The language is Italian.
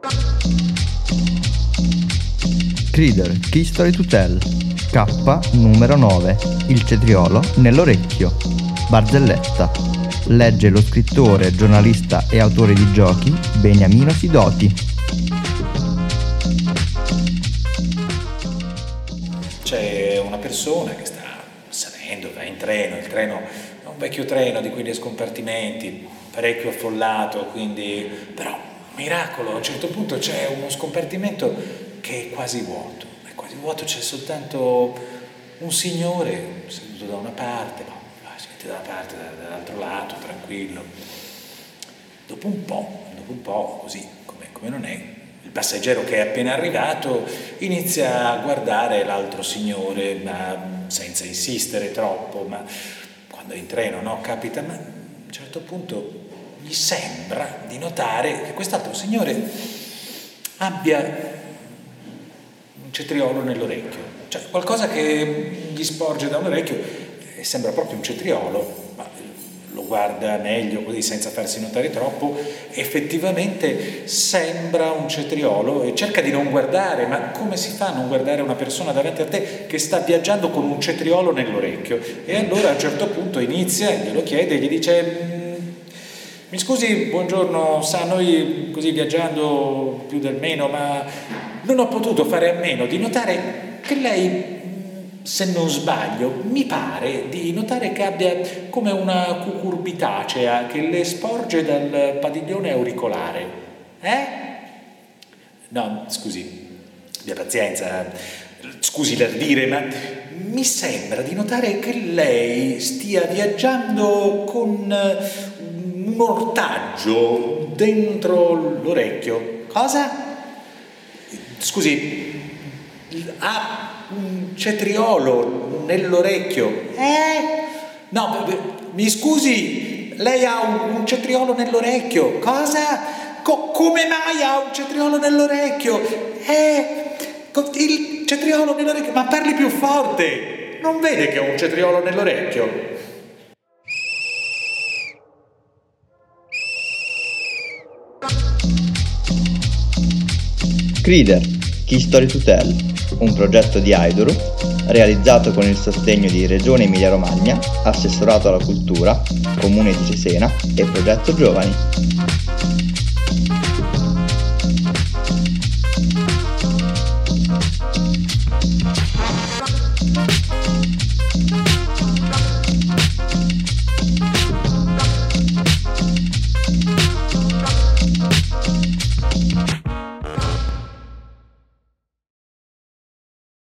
Crider, Key Story to Tell. K numero 9. Il cetriolo nell'orecchio. Barzelletta. Legge lo scrittore, giornalista e autore di giochi Beniamino Sidoti. C'è una persona che sta salendo, va in treno, il treno è un vecchio treno di quelli a scompartimenti, parecchio affollato, quindi però miracolo, a un certo punto c'è uno scompartimento che è quasi vuoto, c'è soltanto un signore seduto da una parte, si mette dalla parte, dall'altro lato, tranquillo. Dopo un po', così come non è, il passeggero che è appena arrivato inizia a guardare l'altro signore, ma senza insistere troppo, ma quando è in treno, no, capita, ma a un certo punto gli sembra di notare che quest'altro signore abbia un cetriolo nell'orecchio, cioè qualcosa che gli sporge da un orecchio e sembra proprio un cetriolo, ma lo guarda meglio così senza farsi notare troppo, effettivamente sembra un cetriolo e cerca di non guardare, ma come si fa a non guardare una persona davanti a te che sta viaggiando con un cetriolo nell'orecchio? E allora a un certo punto inizia, glielo chiede, gli dice: mi scusi, buongiorno, sa, noi così viaggiando più del meno, ma non ho potuto fare a meno di notare che lei, se non sbaglio, mi pare di notare che abbia come una cucurbitacea che le sporge dal padiglione auricolare. No, scusi, abbia pazienza, scusi l'ardire, ma mi sembra di notare che lei stia viaggiando con un ortaggio dentro l'orecchio. Cosa? Scusi, ha un cetriolo nell'orecchio. No, mi scusi, lei ha un cetriolo nell'orecchio. Cosa? Come mai ha un cetriolo nell'orecchio? Il cetriolo nell'orecchio. Ma parli più forte. Non vede che ho un cetriolo nell'orecchio? Crider, Key Story to Tell, un progetto di Aidoru, realizzato con il sostegno di Regione Emilia-Romagna, Assessorato alla Cultura, Comune di Cesena e Progetto Giovani.